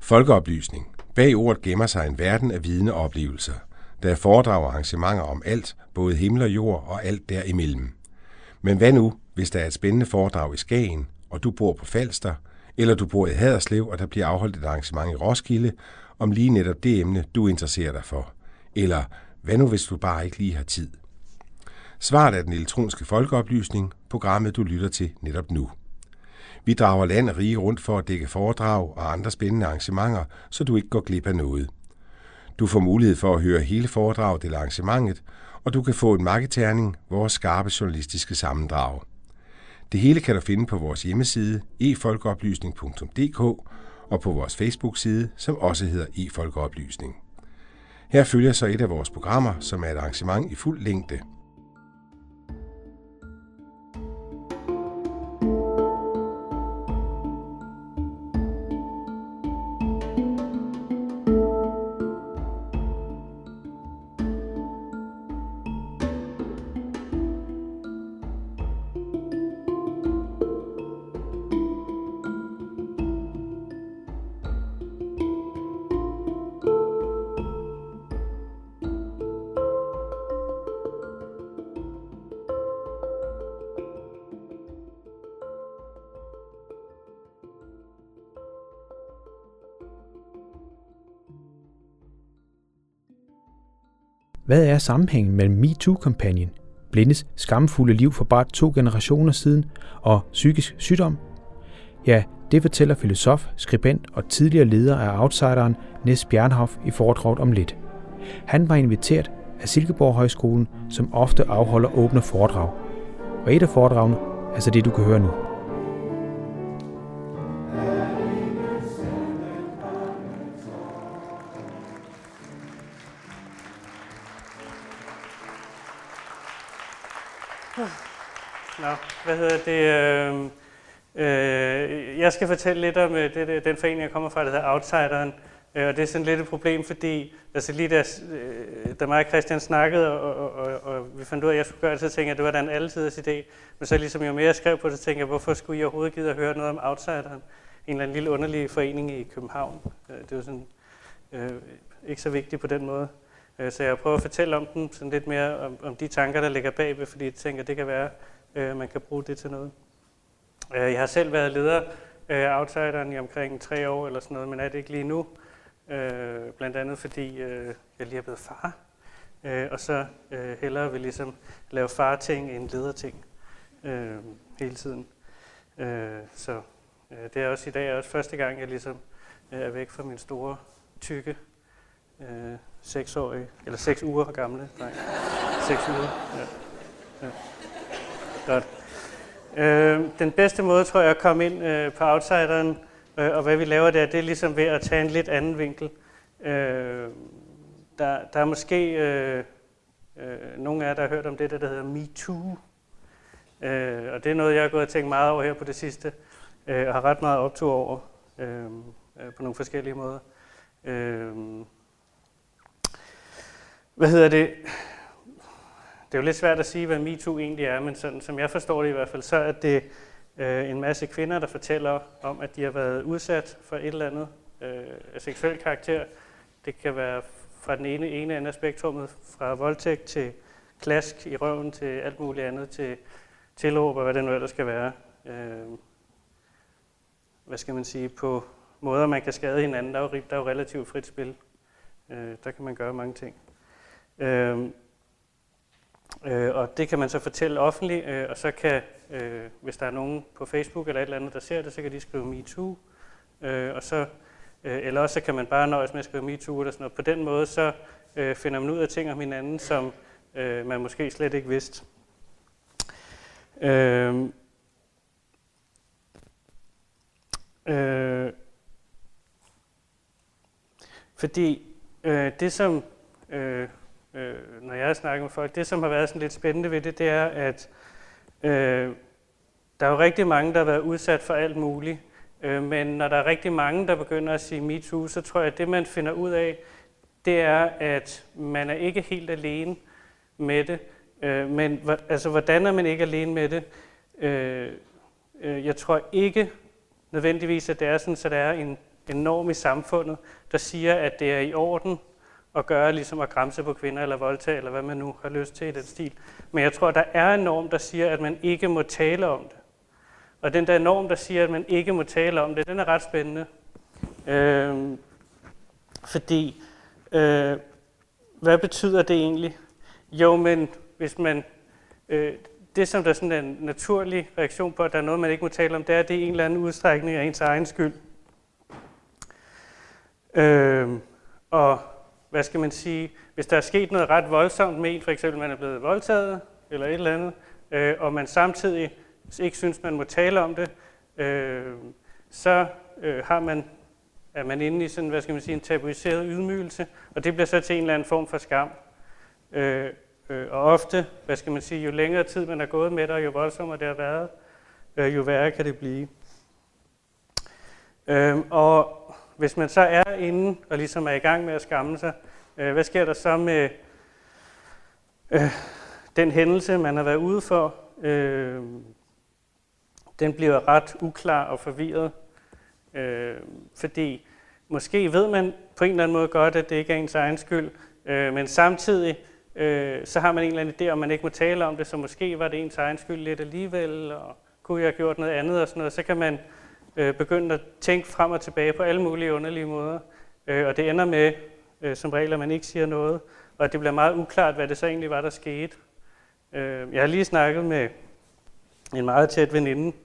Folkeoplysning. Bag ordet gemmer sig en verden af viden og oplevelser. Der er foredrag og arrangementer om alt, både himmel og jord og alt derimellem. Men hvad nu, hvis der er et spændende foredrag i Skagen, og du bor på Falster, eller du bor i Haderslev, og der bliver afholdt et arrangement i Roskilde, om lige netop det emne, du interesserer dig for? Eller hvad nu, hvis du bare ikke lige har tid? Svaret er den elektroniske folkeoplysning, programmet du lytter til netop nu. Vi drager land og rige rundt for at dække foredrag og andre spændende arrangementer, så du ikke går glip af noget. Du får mulighed for at høre hele foredraget eller arrangementet, og du kan få en marketerning, vores skarpe journalistiske sammendrag. Det hele kan du finde på vores hjemmeside efolkeoplysning.dk og på vores Facebook-side, som også hedder efolkeoplysning. Her følger så et af vores programmer, som er et arrangement i fuld længde. Hvad er sammenhængen mellem MeToo-kampagnen, blindes skamfulde liv for bare 2 generationer siden og psykisk sygdom? Ja, det fortæller filosof, skribent og tidligere leder af Outsideren, Nis Bjernhof, i foredraget om lidt. Han var inviteret af Silkeborg Højskolen, som ofte afholder åbne foredrag. Og et af foredragene er så det, du kan høre nu. Jeg skal fortælle lidt om den forening, jeg kommer fra, der hedder Outsideren. Og det er sådan lidt et problem, fordi altså lige da mig og Christian snakkede, og vi fandt ud af, at jeg skulle gøre det, så tænkte jeg, at det var da en alletiders idé. Men så ligesom jo mere jeg skrev på det, så tænkte jeg, hvorfor skulle jeg overhovedet gide at høre noget om Outsideren? En eller anden lille underlig forening i København. Det var sådan ikke så vigtigt på den måde. Så jeg prøver at fortælle om den, sådan lidt mere om de tanker, der ligger bagved, fordi jeg tænker, at det kan være, at man kan bruge det til noget. Jeg har selv været leder af Outsideren i omkring 3 år eller sådan noget, men er det ikke lige nu. Blandt andet fordi jeg lige er blevet far, og så hellere vil ligesom lave farting end lederting hele tiden. Så det er også i dag er også første gang, jeg ligesom er væk fra min store, tykke 6-årige, eller 6 uger gamle dreng. 6 uger, ja. Godt. Den bedste måde, tror jeg, at komme ind på Outsideren, og hvad vi laver der, det er ligesom ved at tage en lidt anden vinkel. Der er måske nogle af jer, der har hørt om det, der hedder MeToo. Og det er noget, jeg har gået og tænkt meget over her på det sidste, og har ret meget optur over på nogle forskellige måder. Det er jo lidt svært at sige, hvad MeToo egentlig er, men sådan, som jeg forstår det i hvert fald, så er det en masse kvinder, der fortæller om, at de har været udsat for et eller andet af seksuel karakter. Det kan være fra den ene ende af spektrummet, fra voldtægt til klask i røven til alt muligt andet, til tilråb og hvad det nu ellers skal være. Hvad skal man sige, på måder, man kan skade hinanden. Der er jo relativt frit spil. Der kan man gøre mange ting. Og det kan man så fortælle offentligt, og så kan, hvis der er nogen på Facebook eller et eller andet, der ser det, så kan de skrive MeToo, og så, eller også så kan man bare nøjes med at skrive MeToo eller sådan noget. På den måde så finder man ud af ting om hinanden, som man måske slet ikke vidste. Fordi det som når jeg snakker med folk, det som har været sådan lidt spændende ved det, det er, at der er jo rigtig mange, der har været udsat for alt muligt, men når der er rigtig mange, der begynder at sige MeToo, så tror jeg, at det man finder ud af, det er, at man er ikke helt alene med det. Men altså, hvordan er man ikke alene med det? Jeg tror ikke nødvendigvis, at det er sådan, så der er norm i samfundet, der siger, at det er i orden at gøre ligesom at gramse på kvinder eller voldtage, eller hvad man nu har lyst til i den stil. Men jeg tror, der er en norm, der siger, at man ikke må tale om det. Og den der norm, der siger, at man ikke må tale om det, den er ret spændende. Fordi, hvad betyder det egentlig? Jo, men hvis man... det, som der er sådan en naturlig reaktion på, at der er noget, man ikke må tale om, det er, at det er en eller anden udstrækning af ens egen skyld. Og hvad skal man sige? Hvis der er sket noget ret voldsomt med en, for eksempel man er blevet voldtaget, eller et eller andet, og man samtidig ikke synes, man må tale om det, så er man inde i sådan, hvad skal man sige, en tabuiseret ydmygelse, og det bliver så til en eller anden form for skam. Og ofte, hvad skal man sige, jo længere tid man er gået med det, og jo voldsommere det har været, jo værre kan det blive. Og hvis man så er inde og ligesom er i gang med at skamme sig, hvad sker der så med den hændelse, man har været ude for? Den bliver ret uklar og forvirret, fordi måske ved man på en eller anden måde godt, at det ikke er ens egen skyld, men samtidig så har man en eller anden idé, om man ikke må tale om det, så måske var det ens egen skyld lidt alligevel, og kunne jeg have gjort noget andet og sådan noget, så kan man begynde at tænke frem og tilbage på alle mulige underlige måder, og det ender med, som regel, at man ikke siger noget, og det bliver meget uklart, hvad det så egentlig var, der skete. Jeg har lige snakket med en meget tæt veninde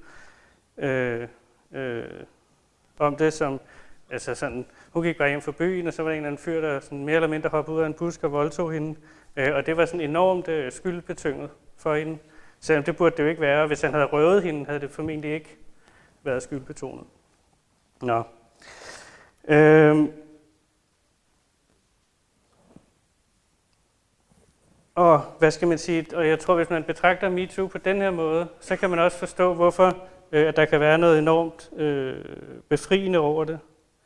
om det, som altså sådan, hun gik bare hjem fra byen, og så var der en eller anden fyr, der sådan mere eller mindre hoppede ud af en busk og voldtog hende. Og det var sådan enormt skyldbetynget for hende. Selvom det burde det jo ikke være. Hvis han havde røvet hende, havde det formentlig ikke været skyldbetonet. Nå. Og hvad skal man sige? Og jeg tror, hvis man betragter MeToo på den her måde, så kan man også forstå, hvorfor at der kan være noget enormt befriende over det.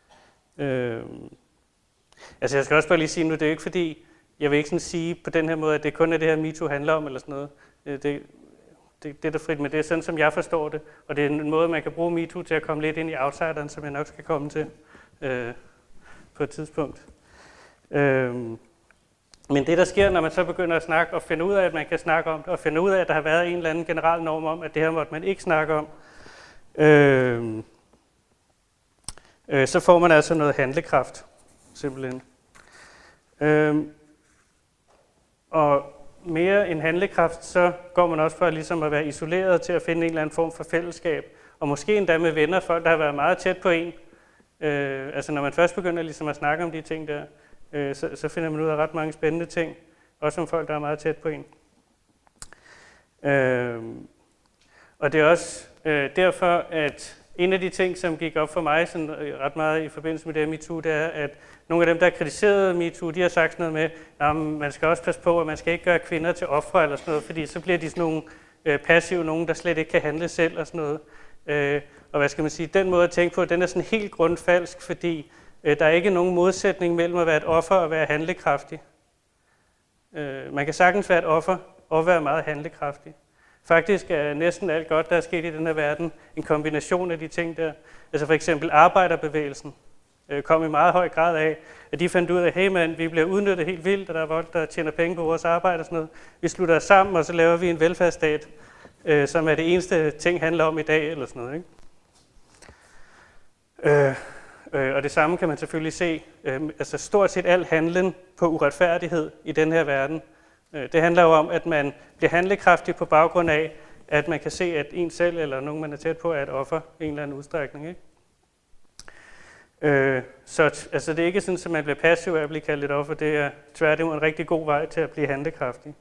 Altså jeg skal også bare lige sige nu, det er ikke fordi, jeg vil ikke sådan sige på den her måde, at det kun er det her MeToo handler om, eller sådan noget. Det er der frit med det, er sådan som jeg forstår det. Og det er en måde, man kan bruge MeToo til at komme lidt ind i outsideren, som jeg nok skal komme til på et tidspunkt. Men det, der sker, når man så begynder at snakke og finde ud af, at man kan snakke om det, og finde ud af, at der har været en eller anden generel norm om, at det her måtte man ikke snakke om, så får man altså noget handlekraft, simpelthen. Og mere end handlekraft, så går man også fra ligesom at være isoleret til at finde en eller anden form for fællesskab, og måske endda med venner, folk der har været meget tæt på en. Altså når man først begynder ligesom at snakke om de ting der, så finder man ud af ret mange spændende ting, også om folk, der er meget tæt på en. Og det er også derfor, at en af de ting, som gik op for mig sådan ret meget i forbindelse med det MeToo, det er, at nogle af dem, der har kritiseret MeToo, de har sagt sådan noget med, at man skal også passe på, at man skal ikke gøre kvinder til ofre eller sådan noget, fordi så bliver de sådan nogle passive, nogen, der slet ikke kan handle selv og sådan noget. Og hvad skal man sige, den måde at tænke på, den er sådan helt grundfalsk, fordi der er ikke nogen modsætning mellem at være et offer og være handlekraftig. Man kan sagtens være et offer og være meget handlekraftig. Faktisk er næsten alt godt, der er sket i den her verden, en kombination af de ting der. Altså for eksempel arbejderbevægelsen kom i meget høj grad af, at de fandt ud af, hey man, vi bliver udnyttet helt vildt, og der er folk, der tjener penge på vores arbejde og sådan noget. Vi slutter os sammen, og så laver vi en velfærdsstat, som er det eneste ting handler om i dag, eller sådan noget, ikke? Og det samme kan man selvfølgelig se, altså stort set al handlen på uretfærdighed i den her verden. Det handler jo om, at man bliver handlekraftig på baggrund af, at man kan se, at en selv eller nogen, man er tæt på, er et offer i en eller anden udstrækning, ikke? Så altså, det er ikke sådan, at man bliver passiv af at blive kaldt et offer. Det er tværtimod en rigtig god vej til at blive handlekraftig.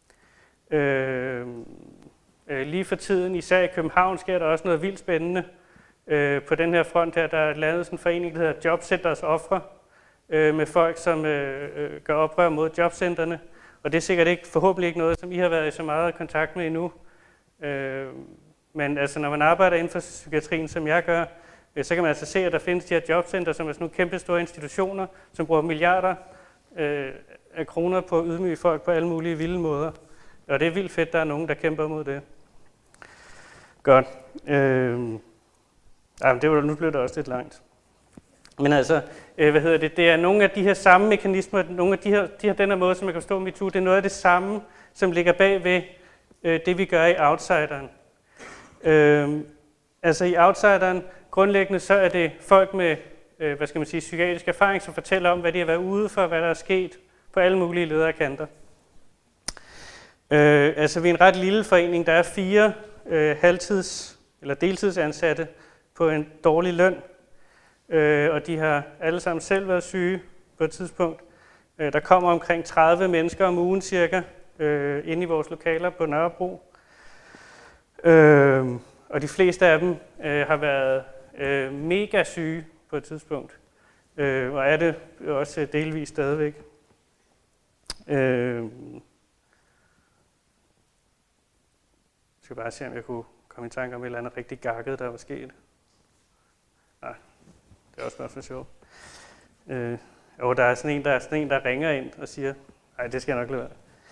Lige for tiden, især i København, sker der også noget vildt spændende. På den her front her, der er lavet sådan en forening, der hedder Jobcenters Ofre, med folk, som gør oprør mod jobcentrene. Og det er sikkert ikke, forhåbentlig ikke noget, som I har været i så meget kontakt med endnu. Men altså, når man arbejder inden for psykiatrien, som jeg gør, så kan man altså se, at der findes de her jobcenter, som er sådan nogle kæmpe store institutioner, som bruger milliarder af kroner på at ydmyge folk på alle mulige vilde måder. Og det er vildt fedt, der er nogen, der kæmper mod det. Godt. Nu blev det også lidt langt. Men altså, det er nogle af de her samme mekanismer, nogle af den her måde, som man kan forstå MeToo, det er noget af det samme, som ligger bag ved det, vi gør i Outsideren. Altså i Outsideren, grundlæggende så er det folk med, psykiatrisk erfaring, som fortæller om, hvad de har været ude for, hvad der er sket på alle mulige lederkanter. Altså vi er en ret lille forening, der er 4 halvtids- eller deltidsansatte på en dårlig løn, og de har alle sammen selv været syge på et tidspunkt. Der kommer omkring 30 mennesker om ugen cirka, inde i vores lokaler på Nørrebro. Og de fleste af dem har været mega syge på et tidspunkt, og er det også delvis stadigvæk. Jeg skal bare se, om jeg kunne komme i tanke om et eller andet rigtig gakket, der var sket. Nej, det er også bare for sjov. Der er sådan en, der ringer ind og siger, nej, det skal jeg nok lade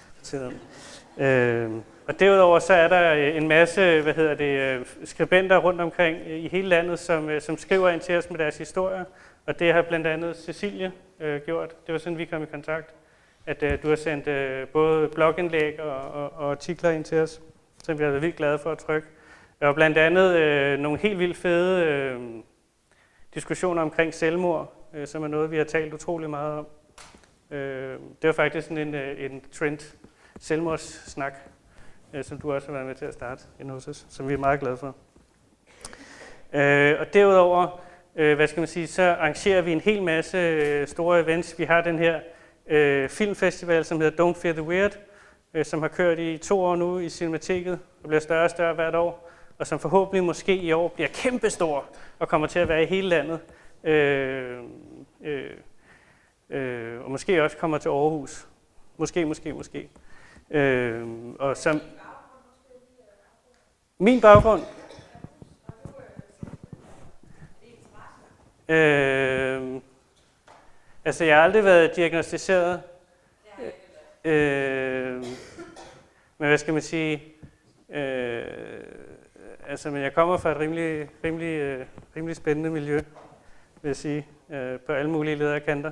være. Og derudover så er der en masse skribenter rundt omkring i hele landet, som skriver ind til os med deres historier. Og det har blandt andet Cecilie gjort. Det var sådan, vi kom i kontakt. At du har sendt både blogindlæg og artikler ind til os, som vi har været vildt glade for at trykke. Og blandt andet nogle helt vildt fede diskussioner omkring selvmord, som er noget, vi har talt utrolig meget om. Det var faktisk sådan en trend selvmordssnak, som du også har været med til at starte inde hos os, som vi er meget glade for. Og derudover, så arrangerer vi en hel masse store events. Vi har den her filmfestival, som hedder Don't Fear the Weird, som har kørt i 2 år nu i Cinemateket, og bliver større og større hvert år, og som forhåbentlig måske i år bliver kæmpestor og kommer til at være i hele landet. Og måske også kommer til Aarhus. Måske. Og som min baggrund. Altså jeg har aldrig været diagnosticeret. Men hvad skal man sige? Men jeg kommer fra et rimelig spændende miljø, vil jeg sige, på alle mulige lederkanter.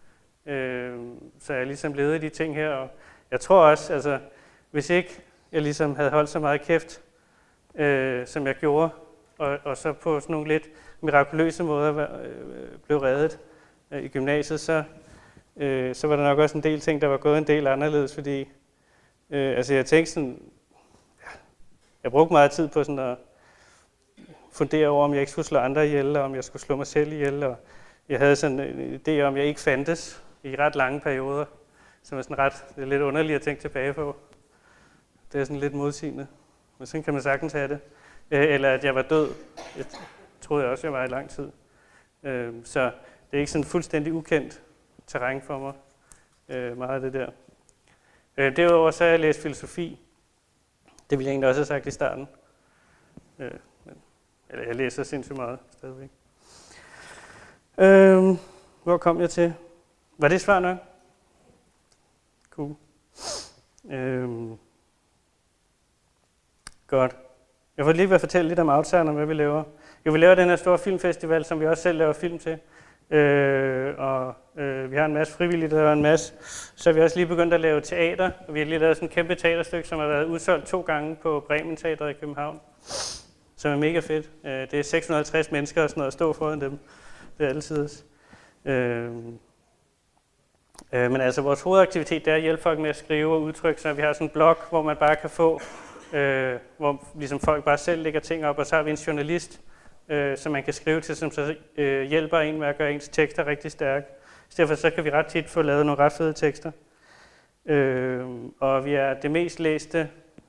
Så jeg ligesom levede de ting her, og jeg tror også, hvis ikke jeg ligesom havde holdt så meget kæft, som jeg gjorde, og så på sådan nogle lidt mirakuløse måder blev reddet i gymnasiet, så var der nok også en del ting, der var gået en del anderledes, fordi jeg tænkte sådan, jeg brugte meget tid på sådan at fundere over, om jeg ikke skulle slå andre ihjel, eller om jeg skulle slå mig selv ihjel, og jeg havde sådan en idé om, jeg ikke fandtes i ret lange perioder, som er sådan det er lidt underligt at tænke tilbage på. Det er sådan lidt modsigende, men sådan kan man sagtens have det. Eller at jeg var død. Jeg troede også, jeg var i lang tid. Så det er ikke sådan fuldstændig ukendt terræn for mig, meget af det der. Derudover så har jeg læst filosofi. Det ville jeg egentlig også have sagt i starten. Eller jeg læser sindssygt meget stadigvæk. Hvor kom jeg til? Var det svar nok? Cool. Godt. Jeg vil lige være fortælle lidt om Outsideren, om hvad vi laver. Vi laver den her store filmfestival, som vi også selv laver film til. Vi har en masse frivillige, der laver en masse. Så har vi også lige begyndt at lave teater. Og vi har lige lavet sådan et kæmpe teaterstykke, som har været udsolgt 2 gange på Bremen Teatret i København. Som er mega fedt. Det er 650 mennesker og sådan noget at stå foran dem. Det er altid. Men altså vores hovedaktivitet, det er at hjælpe folk med at skrive og udtrykke, så vi har sådan en blog, hvor man bare kan få, hvor ligesom folk bare selv lægger ting op, og så har vi en journalist, som man kan skrive til, som så hjælper en med at gøre ens tekster rigtig stærke. I stedet for så kan vi ret tit få lavet nogle ret fede tekster. Og vi er det mest læste,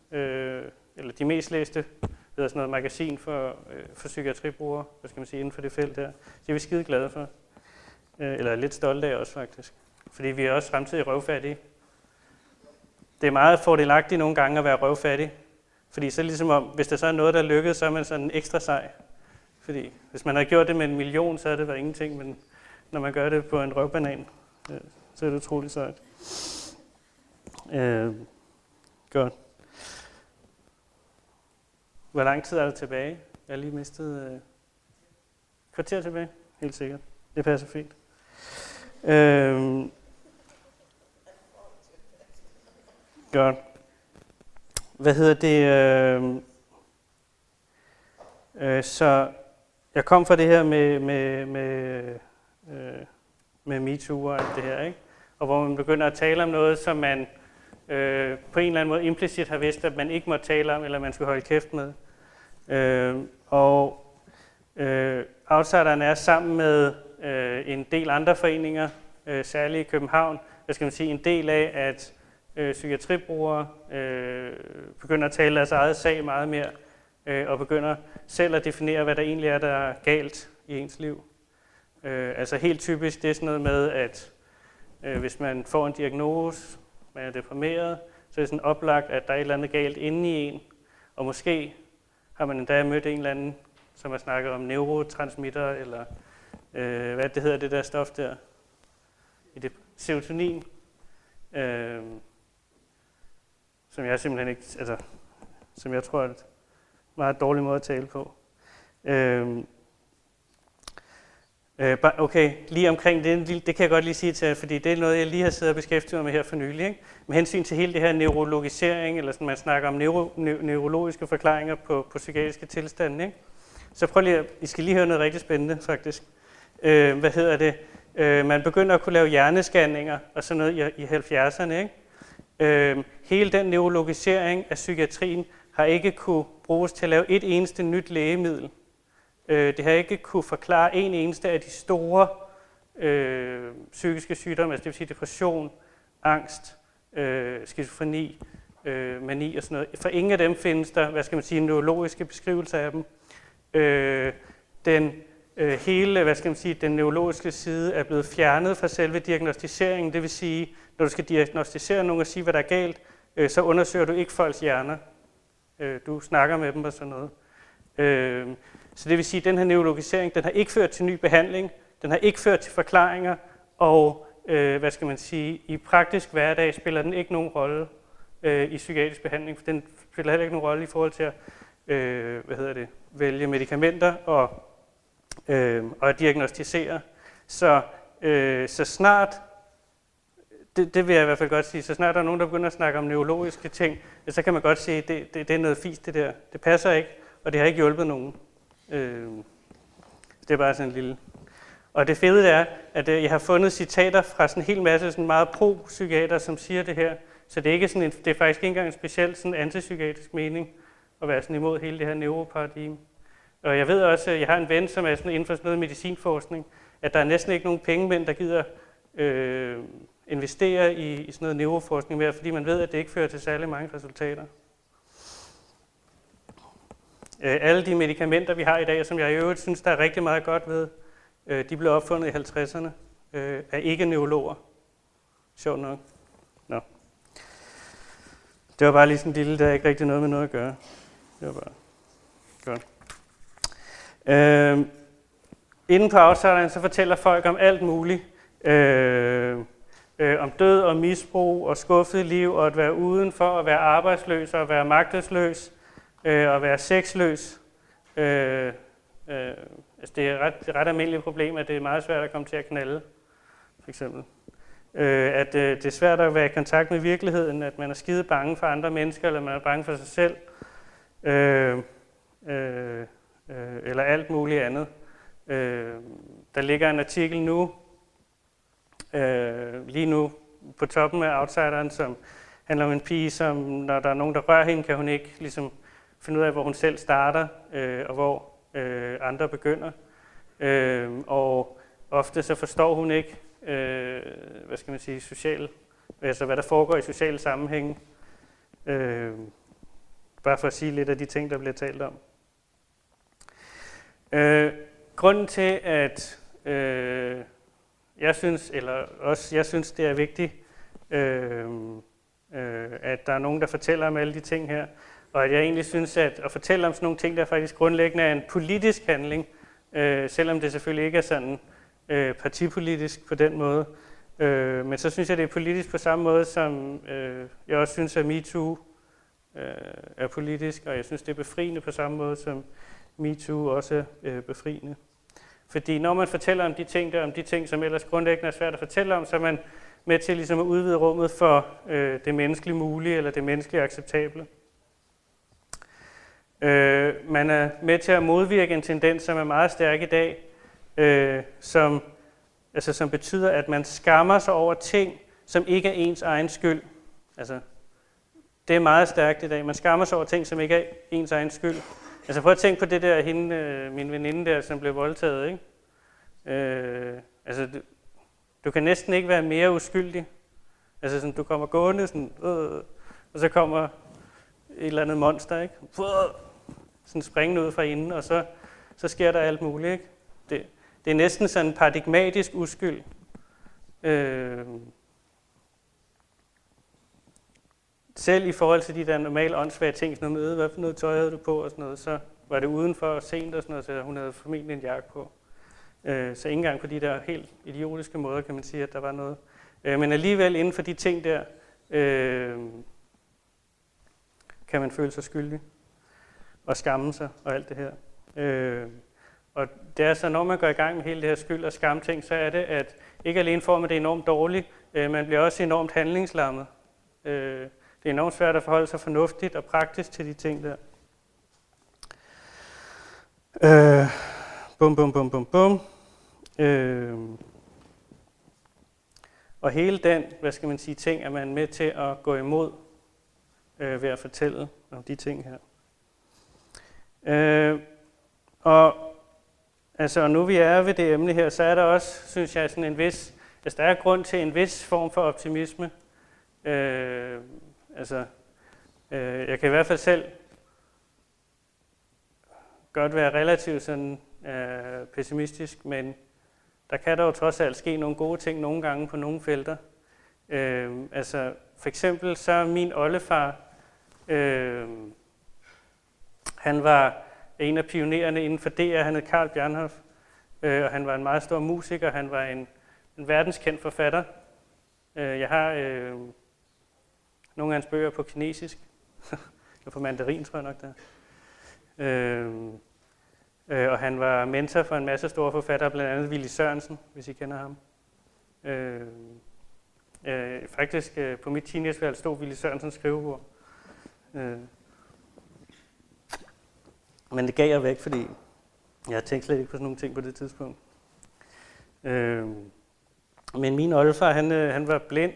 det er sådan noget magasin for psykiatribrugere, hvad skal man sige, inden for det felt her. Det er vi skide glade for. Eller lidt stolte af også faktisk. Fordi vi er også samtidig røvfattige. Det er meget fordelagtigt nogle gange at være røvfattig. Fordi så ligesom om, hvis der så er noget, der er lykkedes, så er man sådan ekstra sej. Fordi hvis man har gjort det med 1 million, så er det været ingenting. Men når man gør det på en røvbanan, så er det utroligt sejt. Godt. Hvor lang tid er der tilbage? Jeg har lige mistet kvarter tilbage, helt sikkert. Det passer fint. Godt. Hvad hedder det? Så jeg kom fra det her med MeToo og alt det her, ikke? Og hvor man begynder at tale om noget, som man på en eller anden måde implicit har vidst, at man ikke må tale om, eller man skal holde kæft med. Outsideren er sammen med en del andre foreninger, særligt i København, hvad skal man sige, en del af, at psykiatribrugere begynder at tale deres eget sag meget mere, og begynder selv at definere, hvad der egentlig er, der er galt i ens liv. Altså helt typisk, det er sådan noget med, at hvis man får en diagnose, man er deprimeret, så er det sådan oplagt, at der er et eller andet galt inde i en, og måske har man endda mødt en eller anden, som har snakket om neurotransmitter, eller hvad det hedder, det der stof der, i det serotonin, som jeg simpelthen ikke, altså, som jeg tror er et meget dårlig måde at tale på. Okay, lige omkring det kan jeg godt lige sige til jer, fordi det er noget, jeg lige har siddet og beskæftiget mig med her for nylig, ikke? Med hensyn til hele det her neurologisering, eller sådan man snakker om neurologiske forklaringer på psykiatriske tilstande, ikke? Så prøv lige, I skal lige høre noget rigtig spændende, faktisk. Man begynder at kunne lave hjernescanninger og sådan noget i 70'erne, ikke? Hele den neurologisering af psykiatrien har ikke kunne bruges til at lave et eneste nyt lægemiddel. Det har ikke kunne forklare en eneste af de store psykiske sygdomme, altså det vil sige depression, angst, skizofreni, mani og sådan noget. For ingen af dem findes der, hvad skal man sige, neurologiske beskrivelser af dem. Hele, hvad skal man sige, den neurologiske side er blevet fjernet fra selve diagnostiseringen. Det vil sige, når du skal diagnostisere nogen og sige, hvad der er galt, så undersøger du ikke folks hjerner. Du snakker med dem og sådan noget. Så det vil sige, at den her neurologisering, den har ikke ført til ny behandling, den har ikke ført til forklaringer, og hvad skal man sige, i praktisk hverdag spiller den ikke nogen rolle i psykiatrisk behandling, for den spiller heller ikke nogen rolle i forhold til at vælge medicamenter og at diagnostisere. Så snart, det vil jeg i hvert fald godt sige, så snart der er nogen, der begynder at snakke om neurologiske ting, så kan man godt sige, at det er noget fisk det der. Det passer ikke, og det har ikke hjulpet nogen. Det er bare sådan en lille... Og det fede er, at jeg har fundet citater fra sådan en hel masse sådan meget pro-psykiater, som siger det her. Så det er, ikke sådan det er faktisk ikke engang en speciel sådan antipsykiatrisk mening at være sådan imod hele det her neuroparadigme. Og jeg ved også, at jeg har en ven, som er sådan inden for sådan noget medicinforskning, at der er næsten ikke nogen pengemænd, der gider investere i sådan noget neuroforskning mere, fordi man ved, at det ikke fører til særlig mange resultater. Alle de medicamenter, vi har i dag, som jeg i øvrigt synes, der er rigtig meget godt ved, de blev opfundet i 50'erne af ikke-neurologer. Sjovt nok. Nå. Det var bare lige sådan en lille, der er ikke rigtig noget med noget at gøre. Det var bare godt. Inden på Outsideren, så fortæller folk om alt muligt. Om død og misbrug og skuffet liv, og at være udenfor, at være arbejdsløs og at være magtesløs, og være sexløs. Altså det er et ret almindeligt problem, at det er meget svært at komme til at knalde, for eksempel. At det er svært at være i kontakt med virkeligheden, at man er skide bange for andre mennesker, eller man er bange for sig selv, eller alt muligt andet. Der ligger en artikel nu, lige nu på toppen af Outsideren, som handler om en pige, som når der er nogen, der rører hende, kan hun ikke ligesom finde ud af, hvor hun selv starter, og hvor andre begynder. Og ofte så forstår hun ikke, hvad skal man sige, altså hvad der foregår i sociale sammenhænge. Bare for at sige lidt af de ting, der bliver talt om. Grunden til, at jeg synes, det er vigtigt, at der er nogen, der fortæller om alle de ting her, og at jeg egentlig synes, at fortælle om sådan nogle ting, der faktisk grundlæggende er en politisk handling, selvom det selvfølgelig ikke er sådan partipolitisk på den måde. Men så synes jeg, det er politisk på samme måde, som jeg også synes, at MeToo er politisk, og jeg synes, det er befriende på samme måde, som MeToo også er befriende. Fordi når man fortæller om de ting, som ellers grundlæggende er svært at fortælle om, så er man med til ligesom at udvide rummet for det menneskelige mulige, eller det menneskelige acceptable. Man er med til at modvirke en tendens, som er meget stærk i dag, som betyder, at man skammer sig over ting, som ikke er ens egen skyld. Altså, det er meget stærkt i dag. Man skammer sig over ting, som ikke er ens egen skyld. Altså prøv at tænke på det der, min veninde der, som blev voldtaget, ikke? Du kan næsten ikke være mere uskyldig. Altså sådan, du kommer gående, sådan, og så kommer et eller andet monster, ikke? Sådan springende ud fra inden, og så sker der alt muligt, ikke? Det er næsten sådan en paradigmatisk uskyld. Selv i forhold til de der normale åndssvage ting, sådan noget med, hvad for noget tøj havde du på og sådan noget, så var det udenfor sent og sådan noget, så hun havde formentlig en jakke på. Så ikke engang på de der helt idiotiske måder, kan man sige, at der var noget. Men alligevel inden for de ting der, kan man føle sig skyldig og skamme sig og alt det her. Og det er så, når man går i gang med hele det her skyld- og skam-ting, så er det, at ikke alene får man det enormt dårligt, man bliver også enormt handlingslammet. Det er enormt svært at forholde sig fornuftigt og praktisk til de ting der. Bum. Og hele den, ting, er man med til at gå imod ved at fortælle om de ting her. Og nu vi er ved det emne her, så er der også, synes jeg, sådan en vis, der er grund til en vis form for optimisme. Jeg kan i hvert fald selv godt være relativt sådan pessimistisk, men der kan der jo trods alt ske nogle gode ting nogle gange på nogle felter. For eksempel så min oldefar, han var en af pionererne inden for DR, han hed Carl Bjarnhof, og han var en meget stor musiker, han var en verdenskendt forfatter. Jeg har nogle af hans bøger på kinesisk, eller på mandarin, tror jeg nok der. Og han var mentor for en masse store forfattere, blandt andet Willy Sørensen, hvis I kender ham. Faktisk på mit teenagevalg stod Willy Sørensens skrivebord. Men det gav jeg væk, fordi jeg tænkte slet ikke på sådan nogle ting på det tidspunkt. Men min oldefar, han var blind.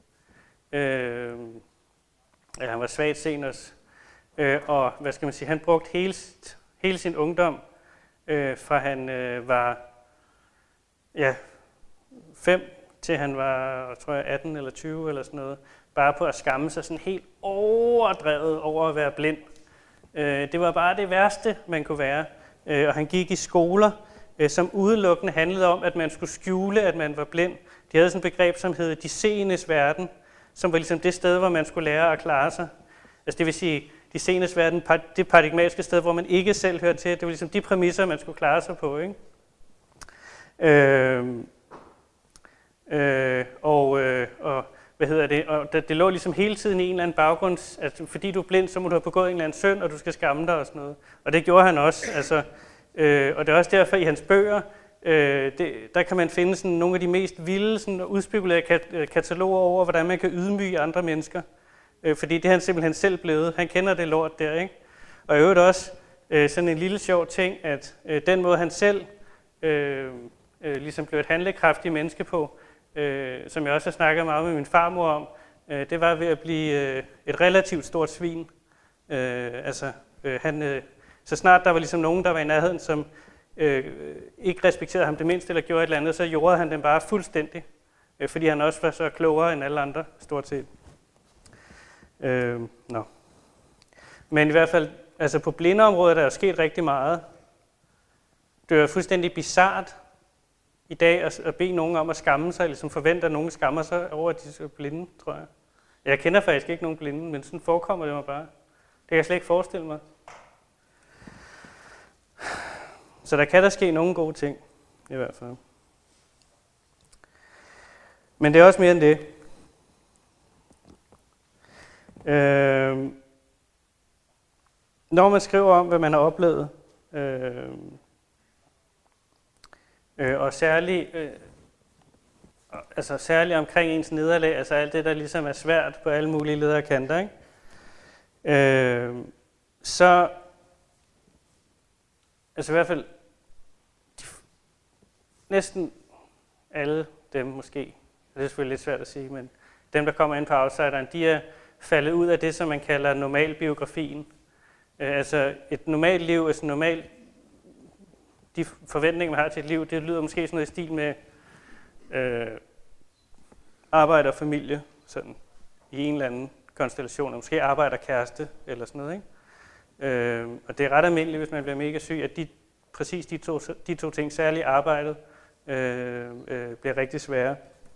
Han var svagt seende også. Og han brugte hele sin ungdom, fra han var 5 til han var, tror jeg, 18 eller 20 eller sådan noget, bare på at skamme sig sådan helt overdrevet over at være blind. Det var bare det værste, man kunne være. Og han gik i skoler, som udelukkende handlede om, at man skulle skjule, at man var blind. De havde sådan et begreb, som hed de seendes verden, som var ligesom det sted, hvor man skulle lære at klare sig. Altså det vil sige, de seendes verden, det paradigmatiske sted, hvor man ikke selv hørte til. Det var ligesom de præmisser, man skulle klare sig på, ikke? Og det lå ligesom hele tiden i en eller anden baggrund, altså fordi du er blind, så må du have begået en eller anden synd, og du skal skamme dig og sådan noget. Og det gjorde han også. Og det er også derfor i hans bøger, der kan man finde sådan nogle af de mest vilde sådan udspekulerede kataloger over, hvordan man kan ydmyge andre mennesker. Fordi det er han simpelthen selv blevet. Han kender det lort der, ikke? Og i øvrigt også sådan en lille sjov ting, at den måde han selv ligesom blev et handlekraftigt menneske på, som jeg også har snakket meget med min farmor om, det var ved at blive et relativt stort svin. Så snart der var ligesom nogen, der var i nærheden, som ikke respekterede ham det mindste eller gjorde et eller andet, så gjorde han dem bare fuldstændig, fordi han også var så klogere end alle andre, stort set. Men i hvert fald, altså på blindeområdet er der sket rigtig meget. Det er fuldstændig bizart i dag at bede nogen om at skamme sig, eller som forventer, at nogen skammer sig over, at de er blinde, tror jeg. Jeg kender faktisk ikke nogen blinde, men sådan forekommer det mig bare. Det kan jeg slet ikke forestille mig. Så der kan der ske nogle gode ting, i hvert fald. Men det er også mere end det. Når man skriver om, hvad man har oplevet, Og særligt omkring ens nederlag, altså alt det, der ligesom er svært på alle mulige lederkanter, ikke? Så, altså i hvert fald, næsten alle dem måske, det er selvfølgelig lidt svært at sige, men dem, der kommer ind på Outsideren, de er faldet ud af det, som man kalder normalbiografien. Altså et normalt liv, altså de forventninger, man har til et liv, det lyder måske sådan noget i stil med arbejde og familie, sådan i en eller anden konstellation, og måske arbejde og kæreste, eller sådan noget, ikke? Og det er ret almindeligt, hvis man bliver mega syg, at præcis de to ting, særligt arbejdet, bliver rigtig svære.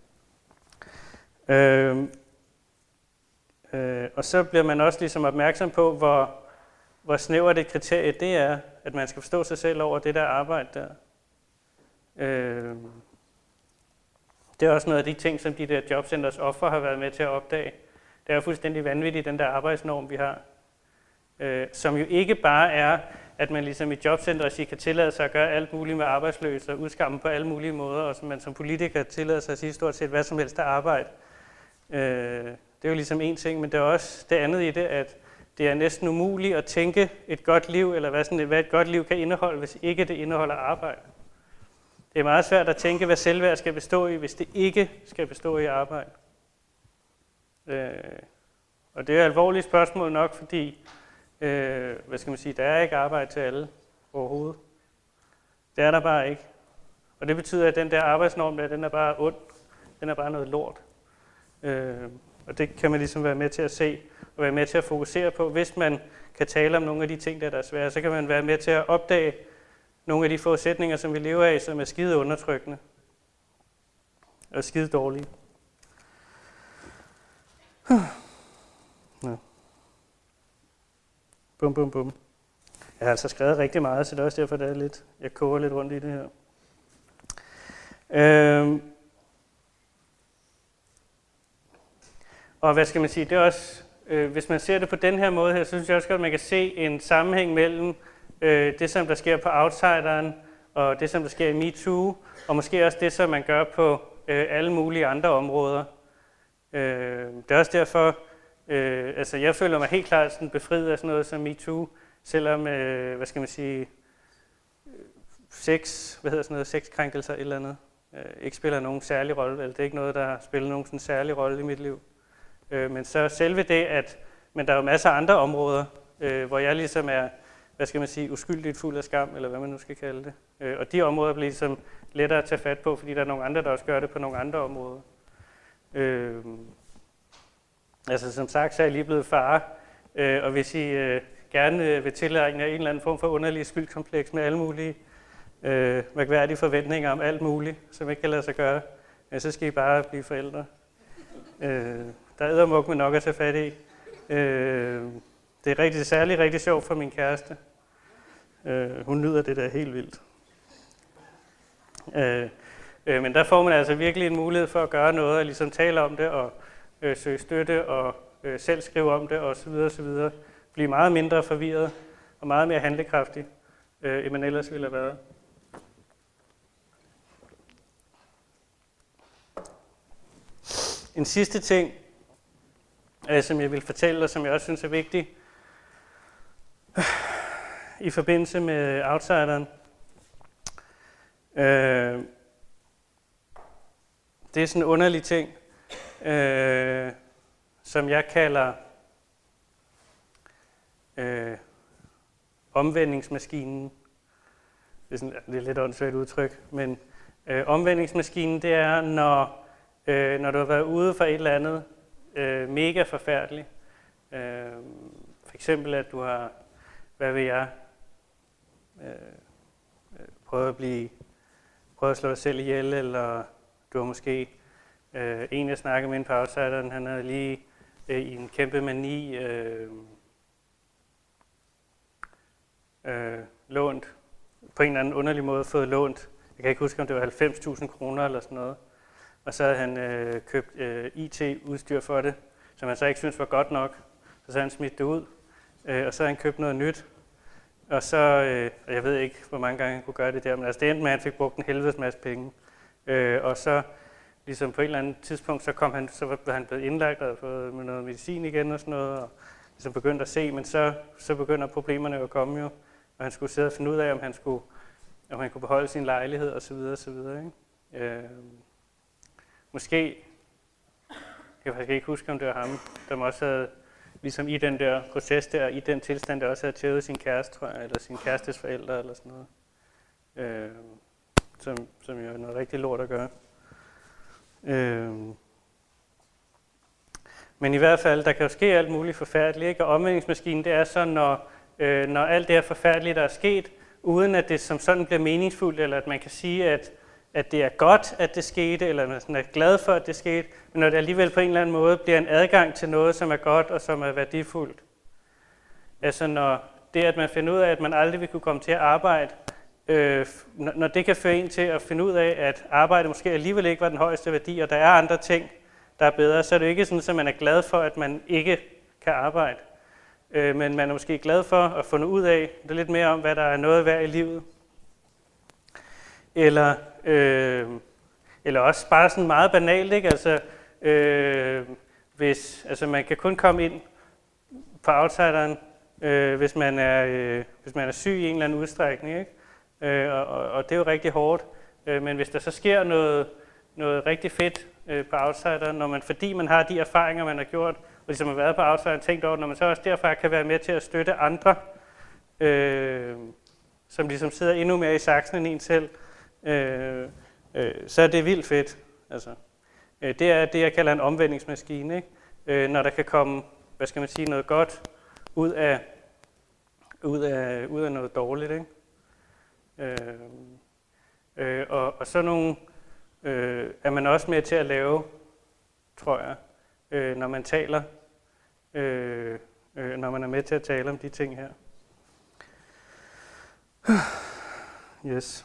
Og så bliver man også ligesom opmærksom på, hvor snævert et kriterie det er, at man skal forstå sig selv over det der arbejde der. Det er også noget af de ting, som de der jobcenters offer har været med til at opdage. Det er fuldstændig vanvittigt, den der arbejdsnorm, vi har. Som jo ikke bare er, at man ligesom i jobcenteret kan tillade sig at gøre alt muligt med arbejdsløse og udskamme på alle mulige måder, og som man som politiker tillader sig at sige stort set hvad som helst af arbejde. Det er jo ligesom en ting, men det er også det andet i det, at det er næsten umuligt at tænke et godt liv, eller hvad et godt liv kan indeholde, hvis ikke det indeholder arbejde. Det er meget svært at tænke, hvad selvværd skal bestå i, hvis det ikke skal bestå i arbejde. Og det er et alvorligt spørgsmål nok, fordi hvad skal man sige, der er ikke arbejde til alle overhovedet. Det er der bare ikke. Og det betyder, at den der arbejdsnorm der, den er bare ond. Den er bare noget lort. Og det kan man ligesom være med til at se, og være med til at fokusere på. Hvis man kan tale om nogle af de ting, der er svære, så kan man være med til at opdage nogle af de forudsætninger, som vi lever af, som er skide undertrykkende og skide dårlige. Ja. Bum, bum, bum. Jeg har altså skrevet rigtig meget, så det er også derfor, jeg koger lidt rundt i det her. Og hvad skal man sige, det er også, hvis man ser det på den her måde her, så synes jeg også godt, at man kan se en sammenhæng mellem det, som der sker på Outsideren, og det, som der sker i MeToo, og måske også det, som man gør på alle mulige andre områder. Det er også derfor, altså jeg føler mig helt klart sådan befriet af sådan noget som MeToo, selvom, hvad skal man sige, sexkrænkelser eller andet, ikke spiller nogen særlig rolle, eller det er ikke noget, der spiller nogen sådan særlig rolle i mit liv. Men så selve det, men der er jo masser af andre områder, hvor jeg ligesom er, hvad skal man sige, uskyldigt fuld af skam, eller hvad man nu skal kalde det. Og de områder bliver ligesom lettere at tage fat på, fordi der er nogle andre, der også gør det på nogle andre områder. Altså som sagt, så er jeg lige blevet far, og hvis I gerne vil tilegne jer en eller anden form for underlig skyldkompleks med alle mulige mærkværdige forventninger om alt muligt, som ikke kan lade sig gøre, så skal I bare blive forældre. Der er eddermuk med nok at tage fat i. Det er rigtig sjovt for min kæreste. Hun nyder det der helt vildt. Men der får man altså virkelig en mulighed for at gøre noget, og ligesom tale om det, og søge støtte, og selv skrive om det, og så videre, så videre. Blive meget mindre forvirret, og meget mere handlekraftig, end man ellers ville have været. En sidste ting, som jeg vil fortælle, og som jeg også synes er vigtig, i forbindelse med Outsideren. Det er sådan en underlig ting, som jeg kalder omvendingsmaskinen. Det er et lidt åndssvagt udtryk, men omvendingsmaskinen, det er, når du har været ude for et eller andet mega forfærdeligt. For eksempel, at du har, hvad ved jeg, prøvet at slå dig selv ihjel, eller du har måske, en jeg snakkede med en på Outsideren, han havde lige i en kæmpe mani lånt, på en eller anden underlig måde fået lånt, jeg kan ikke huske, om det var 90.000 kroner eller sådan noget, og så havde han købt IT-udstyr for det, som han så ikke syntes var godt nok, så havde han smidt det ud, og så havde han købt noget nyt. Og så, og jeg ved ikke, hvor mange gange han kunne gøre det der, men altså det endte med, at han fik brugt en helvedes masse penge. Og så ligesom på et eller andet tidspunkt, så var han blevet indlagt og fået med noget medicin igen og sådan noget, og ligesom begyndte at se, men så begynder problemerne at komme jo, og han skulle sidde og finde ud af, om han kunne beholde sin lejlighed og så videre og så videre. Ikke? Måske, jeg kan faktisk ikke huske, om det var ham, der også havde, ligesom i den der proces der, i den tilstand, der også havde tævet sin kæreste, tror jeg, eller sin kærestes forældre eller sådan noget, som jo er noget rigtig lort at gøre. Men i hvert fald, der kan jo ske alt muligt forfærdeligt, ikke? Og omvendingsmaskinen, det er så, når alt det her forfærdelige, der er sket, uden at det som sådan bliver meningsfuldt, eller at man kan sige, at det er godt, at det skete, eller man sådan er glad for, at det skete, men når det alligevel på en eller anden måde bliver en adgang til noget, som er godt og som er værdifuldt. Altså når det, at man finder ud af, at man aldrig vil kunne komme til at arbejde, når det kan føre en til at finde ud af, at arbejde måske alligevel ikke var den højeste værdi, og der er andre ting, der er bedre, så er det jo ikke sådan, at man er glad for, at man ikke kan arbejde. Men man er måske glad for at finde ud af, det er lidt mere om, hvad der er noget værd i livet. Eller også bare sådan meget banalt, ikke? Altså, hvis man kan kun komme ind på outsideren, hvis man er syg i en eller anden udstrækning, ikke? Og det er jo rigtig hårdt. Men hvis der så sker noget rigtig fedt på outsideren, fordi man har de erfaringer, man har gjort, og ligesom har været på outsideren tænkt over, når man så også derfra kan være med til at støtte andre, som ligesom sidder endnu mere i saksen end en selv, så er det vildt fedt. Altså, det er det, jeg kalder en omvendingsmaskine, ikke? Når der kan komme, noget godt ud af noget dårligt, ikke? Og så nogle er man også med til at lave, tror jeg, når man taler, når man er med til at tale om de ting her. Yes.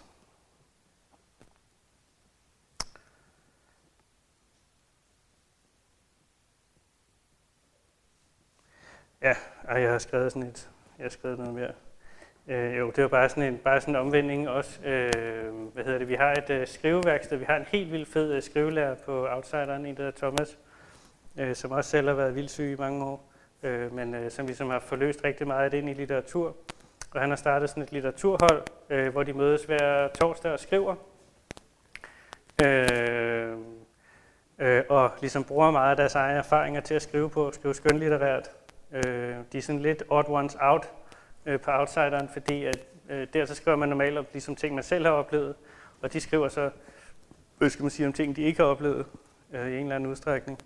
Ja, jeg har skrevet noget mere. Det var bare sådan en omvending også. Vi har et skriveværksted. Vi har en helt vildt fed skrivelærer på Outsideren, en der hedder Thomas, som også selv har været vildt syg i mange år, men som ligesom har forløst rigtig meget af det ind i litteratur. Og han har startet sådan et litteraturhold, hvor de mødes hver torsdag og skriver. Og ligesom bruger meget af deres egne erfaringer til at skrive på, skrive skønlitterært. De er sådan lidt odd ones out på Outsideren, fordi at, der så skriver man normalt om ligesom ting, man selv har oplevet, og de skriver så, om ting, de ikke har oplevet i en eller anden udstrækning.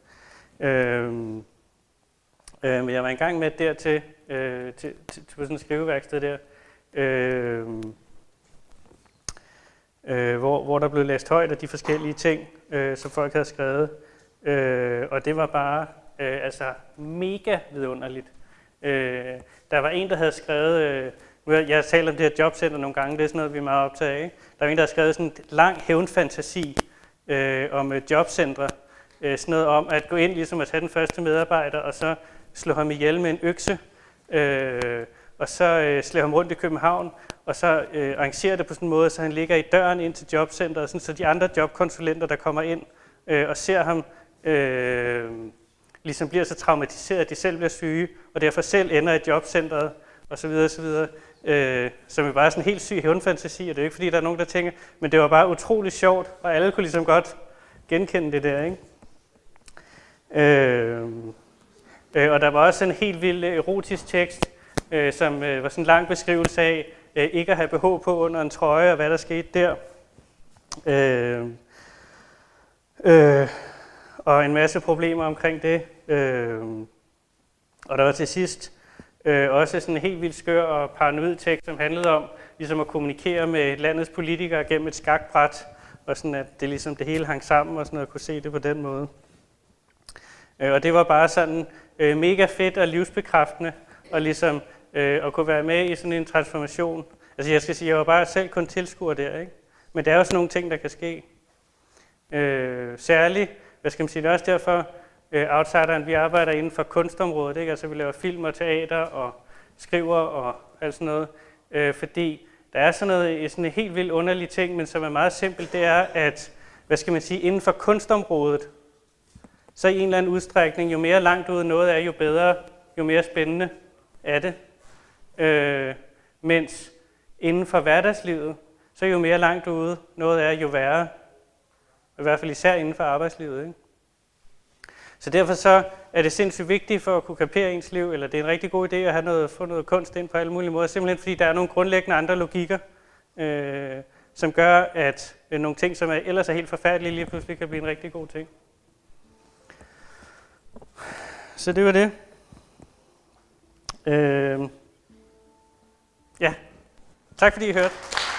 Men jeg var engang med dertil til på sådan et skriveværksted der, hvor der blev læst højt af de forskellige ting, som folk havde skrevet. Og det var bare mega vidunderligt. Der var en, der havde skrevet, jeg har talt om det her jobcenter nogle gange, det er sådan noget, vi er meget optaget af. Der var en, der havde skrevet sådan en lang hævnfantasi om jobcentre. Sådan noget om at gå ind, ligesom at tage den første medarbejder, og så slå ham ihjel med en økse, og så slå ham rundt i København, og så arrangere det på sådan en måde, så han ligger i døren ind til jobcentret, sådan, så de andre jobkonsulenter, der kommer ind og ser ham, ligesom bliver så traumatiseret, at de selv bliver syge, og derfor selv ender i jobcentret, og så videre, så videre. Som er bare sådan en helt syg hævnfantasi, og det er ikke fordi, der er nogen, der tænker, men det var bare utrolig sjovt, og alle kunne ligesom godt genkende det der, ikke? Og der var også en helt vild erotisk tekst, som var sådan en lang beskrivelse af ikke at have BH på under en trøje, og hvad der skete der. Og en masse problemer omkring det. Og der var til sidst også sådan en helt vildt skør og paranoid tekst, som handlede om ligesom at kommunikere med landets politikere gennem et skakbræt, og sådan at det ligesom det hele hang sammen, og sådan at kunne se det på den måde. Og det var bare sådan mega fedt og livsbekræftende, og ligesom at kunne være med i sådan en transformation. Altså jeg skal sige, jeg var bare selv kun tilskuer der, ikke? Men der er også nogle ting, der kan ske. Særligt, det er også derfor, Outsideren, vi arbejder inden for kunstområdet, ikke? Altså vi laver film og teater og skriver og alt sådan noget. fordi der er sådan en helt vildt underlig ting, men som er meget simpelt, det er, at inden for kunstområdet, så i en eller anden udstrækning, jo mere langt ude noget er, jo bedre, jo mere spændende er det. Mens inden for hverdagslivet, så jo mere langt ude noget er, jo værre. I hvert fald især inden for arbejdslivet. Ikke? Så derfor så er det sindssygt vigtigt for at kunne kapere ens liv, eller det er en rigtig god idé at få noget kunst ind på alle mulige måder, simpelthen fordi der er nogle grundlæggende andre logikker, som gør, at nogle ting, som ellers er helt forfærdelige, lige pludselig kan blive en rigtig god ting. Så det var det. Ja, tak fordi I hørte.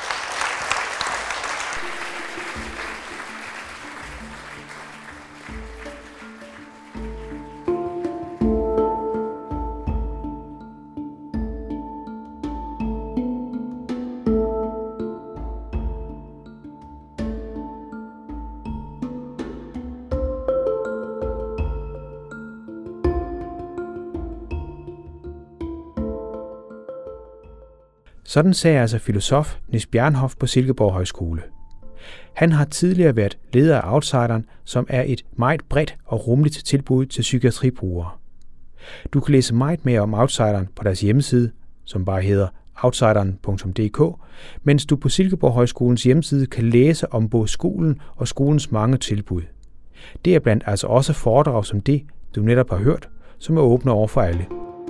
Sådan sagde altså filosof Nis Bjernhoft på Silkeborg Højskole. Han har tidligere været leder af Outsideren, som er et meget bredt og rummeligt tilbud til psykiatribrugere. Du kan læse meget mere om Outsideren på deres hjemmeside, som bare hedder outsideren.dk, mens du på Silkeborg Højskolens hjemmeside kan læse om både skolen og skolens mange tilbud. Det er blandt altså også foredrag som det, du netop har hørt, som er åbne over for alle.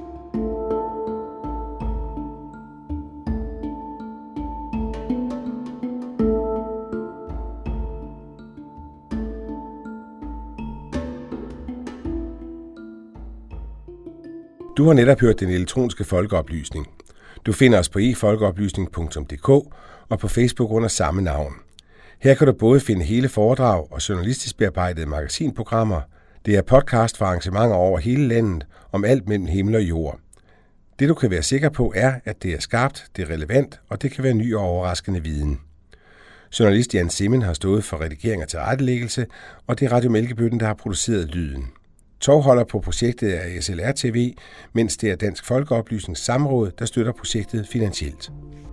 Du har netop hørt den elektroniske folkeoplysning. Du finder os på efolkeoplysning.dk og på Facebook under samme navn. Her kan du både finde hele foredrag og journalistisk bearbejdede magasinprogrammer. Det er podcast for arrangementer over hele landet om alt mellem himmel og jord. Det du kan være sikker på er, at det er skarpt, det er relevant og det kan være ny og overraskende viden. Journalist Jan Simmen har stået for redigering og tilrettelæggelse, og det er Radio Mælkebøtten, der har produceret lyden. Tovholder på projektet er SLR TV, mens det er Dansk Folkeoplysnings Samråd, der støtter projektet finansielt.